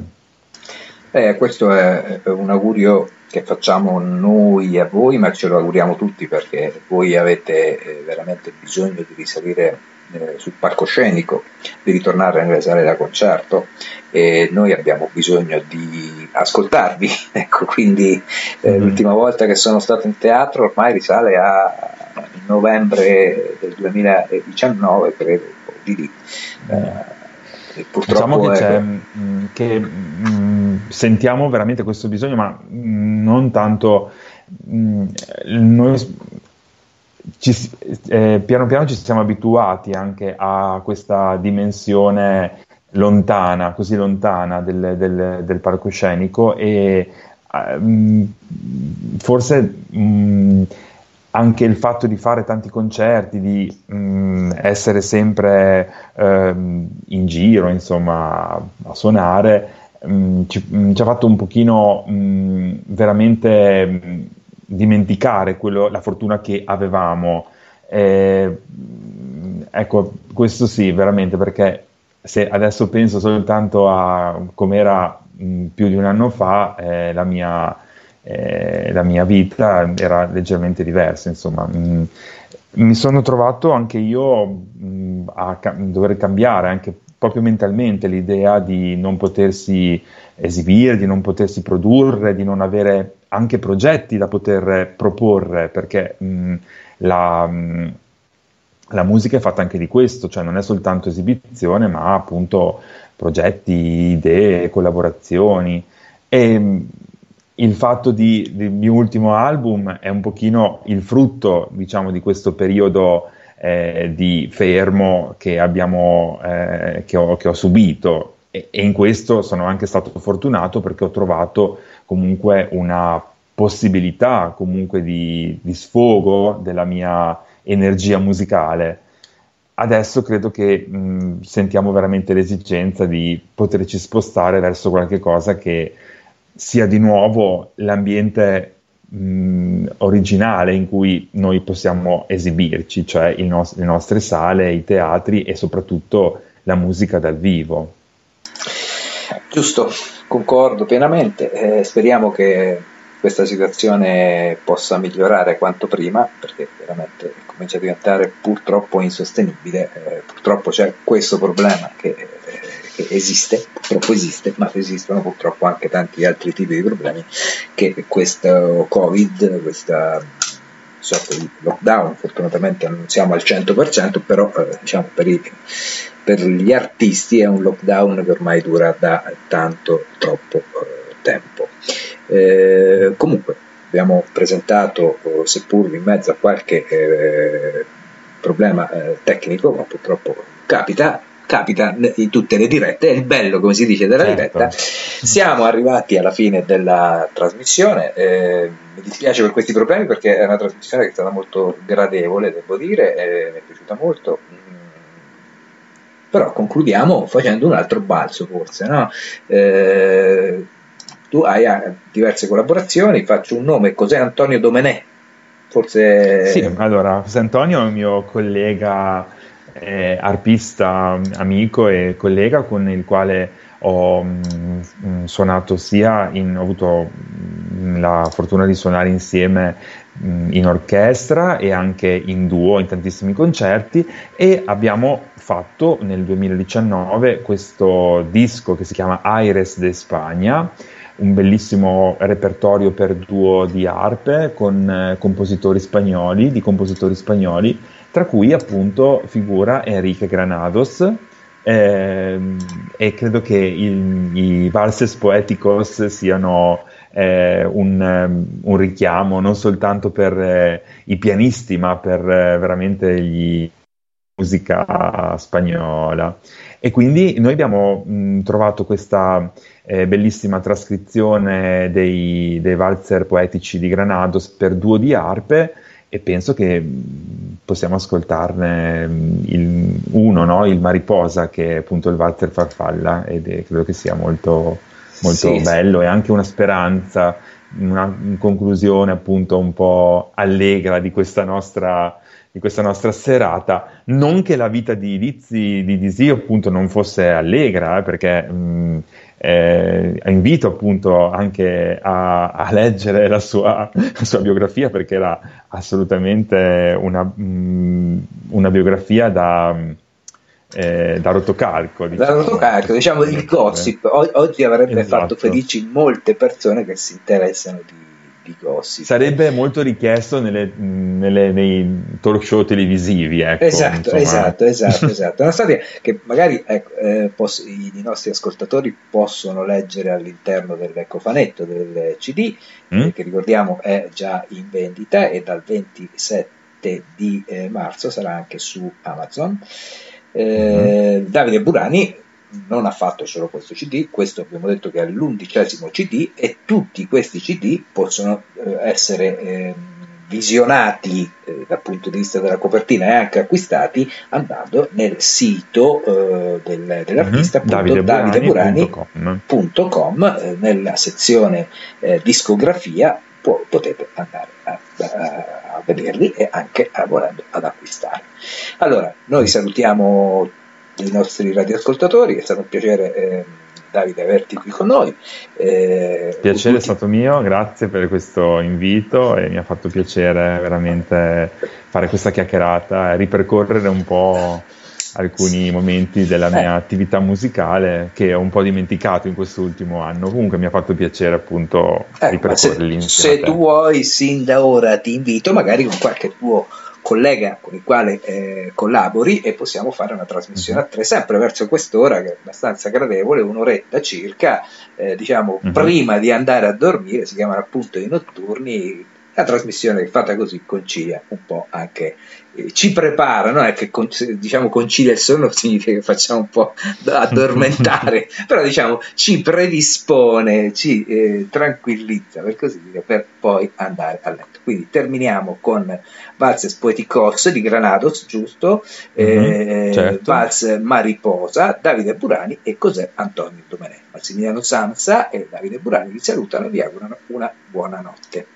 Eh, questo è un augurio che facciamo noi a voi, ma ce lo auguriamo tutti, perché voi avete eh, veramente bisogno di risalire eh, sul palcoscenico, di ritornare nelle sale da concerto, e noi abbiamo bisogno di ascoltarvi. Ecco, quindi eh, mm-hmm. l'ultima volta che sono stato in teatro ormai risale a novembre del duemiladiciannove, credo, di lì. Eh, Diciamo che, c'è, mh, che mh, sentiamo veramente questo bisogno, ma mh, non tanto mh, noi ci, eh, piano piano ci siamo abituati anche a questa dimensione lontana, così lontana del, del, del palcoscenico, e mh, forse mh, anche il fatto di fare tanti concerti, di mh, essere sempre ehm, in giro, insomma, a suonare, mh, ci, mh, ci ha fatto un pochino mh, veramente mh, dimenticare quello, la fortuna che avevamo. Eh, ecco, questo sì, veramente, perché se adesso penso soltanto a com'era mh, più di un anno fa, eh, la mia... Eh, la mia vita era leggermente diversa, insomma. Mm, mi sono trovato anche io mm, a ca- dover cambiare anche proprio mentalmente l'idea di non potersi esibire, di non potersi produrre, di non avere anche progetti da poter proporre, perché mm, la, mm, la musica è fatta anche di questo, cioè non è soltanto esibizione, ma appunto progetti, idee, collaborazioni. E il fatto di, del mio ultimo album è un pochino il frutto, diciamo, di questo periodo eh, di fermo che abbiamo, eh, che ho, che ho subito, e, e in questo sono anche stato fortunato, perché ho trovato comunque una possibilità comunque di, di sfogo della mia energia musicale. Adesso credo che mh, sentiamo veramente l'esigenza di poterci spostare verso qualche cosa che sia di nuovo l'ambiente mh, originale in cui noi possiamo esibirci, cioè il nos- le nostre sale, i teatri e soprattutto la musica dal vivo. Giusto, concordo pienamente. Eh, speriamo che questa situazione possa migliorare quanto prima, perché veramente comincia a diventare purtroppo insostenibile. Eh, purtroppo c'è questo problema che, eh, che esiste, purtroppo esiste, ma esistono purtroppo anche tanti altri tipi di problemi che questo Covid, questa sorta di lockdown, fortunatamente non siamo al cento per cento, però eh, diciamo per, i, per gli artisti è un lockdown che ormai dura da tanto, troppo eh, tempo. Eh, comunque abbiamo presentato, seppur in mezzo a qualche eh, problema eh, tecnico, ma purtroppo capita, capita in tutte le dirette, è il bello, come si dice, della certo. diretta. Siamo arrivati alla fine della trasmissione, eh, mi dispiace per questi problemi, perché è una trasmissione che è stata molto gradevole, devo dire, eh, mi è piaciuta molto. Però concludiamo facendo un altro balzo, forse, no? Eh, tu hai diverse collaborazioni, faccio un nome, cos'è Antonio Domenè? Forse... Sì, allora, José Antonio è un mio collega, eh, arpista, amico e collega, con il quale ho mh, suonato sia in, ho avuto mh, la fortuna di suonare insieme mh, in orchestra e anche in duo in tantissimi concerti, e abbiamo fatto nel duemiladiciannove questo disco che si chiama Aires de España, un bellissimo repertorio per duo di arpe con eh, compositori spagnoli, di compositori spagnoli, tra cui appunto figura Enrique Granados, eh, e credo che il, i Valses Poéticos siano eh, un, un richiamo non soltanto per eh, i pianisti, ma per eh, veramente gli musica spagnola. E quindi noi abbiamo mh, trovato questa eh, bellissima trascrizione dei, dei valzer poetici di Granados per duo di arpe, e penso che mh, possiamo ascoltarne il, uno, no? Il Mariposa, che è appunto il valzer farfalla, ed è, credo che sia molto, molto Sì, bello, e anche una speranza, una conclusione appunto un po' allegra di questa nostra, di questa nostra serata. Non che la vita di Lizzy di Disio appunto non fosse allegra, eh, perché mh, eh, invito appunto anche a, a leggere la sua, la sua biografia, perché era assolutamente una, mh, una biografia da, eh, da rotocalco, Da diciamo. rotocalco, diciamo il gossip. O- oggi avrebbe Esatto. fatto felici molte persone che si interessano di, di gossip. Sarebbe molto richiesto nelle, nelle- nei talk show televisivi, ecco. Esatto, insomma. esatto, esatto, esatto. È una storia che magari ecco, eh, poss- i, i nostri ascoltatori possono leggere all'interno del cofanetto del C D, Mm? eh, che ricordiamo è già in vendita e dal ventisette di eh, marzo sarà anche su Amazon. Eh, Davide Burani non ha fatto solo questo C D, questo abbiamo detto che è l'undicesimo C D, e tutti questi C D possono eh, essere eh, visionati eh, dal punto di vista della copertina e anche acquistati andando nel sito eh, del, dell'artista, Mhm. appunto davideburani davideburani punto com. eh, nella sezione eh, discografia po- potete andare a, a, a vederli e anche a, volendo ad acquistare. Allora, noi salutiamo i nostri radioascoltatori, è stato un piacere eh, Davide averti qui con noi. Eh, Piacere è tutti- stato mio, grazie per questo invito, e mi ha fatto piacere veramente fare questa chiacchierata e ripercorrere un po' alcuni momenti della mia Eh. attività musicale, che ho un po' dimenticato in quest'ultimo anno. Comunque mi ha fatto piacere appunto Eh, ma se, ripercorrerli insieme se a te. tu vuoi, sin da ora ti invito magari con qualche tuo collega con il quale eh, collabori, e possiamo fare una trasmissione Mhm. a tre sempre verso quest'ora, che è abbastanza gradevole, un'oretta circa, eh, diciamo Mhm. prima di andare a dormire. Si chiamano appunto i notturni. La trasmissione che fatta così concilia un po' anche, eh, ci prepara, non è che con- diciamo concilia il sonno significa che facciamo un po' addormentare, però diciamo ci predispone, ci eh, tranquillizza, per così dire, per poi andare a letto. Quindi terminiamo con Valses Poeticos di Granados, giusto? Eh, Mhm, certo. Vals Mariposa, Davide Burani e Cos'è Antonio Domenè. Massimiliano Sanza e Davide Burani vi salutano e vi augurano una buona notte.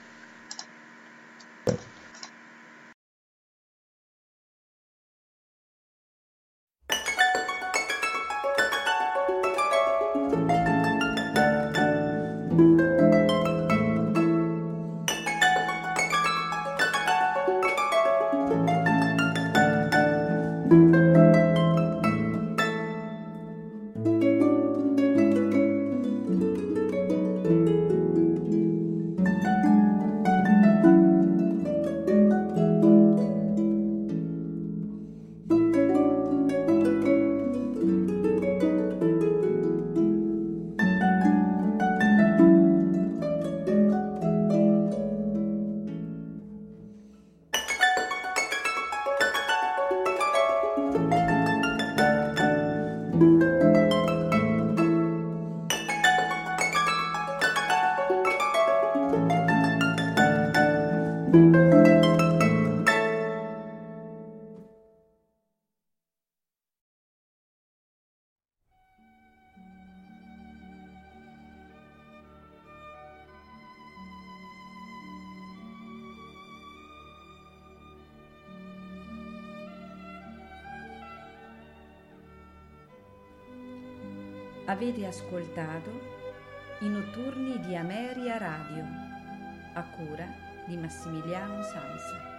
Avete ascoltato i notturni di Ameria Radio, a cura di Massimiliano Sanza.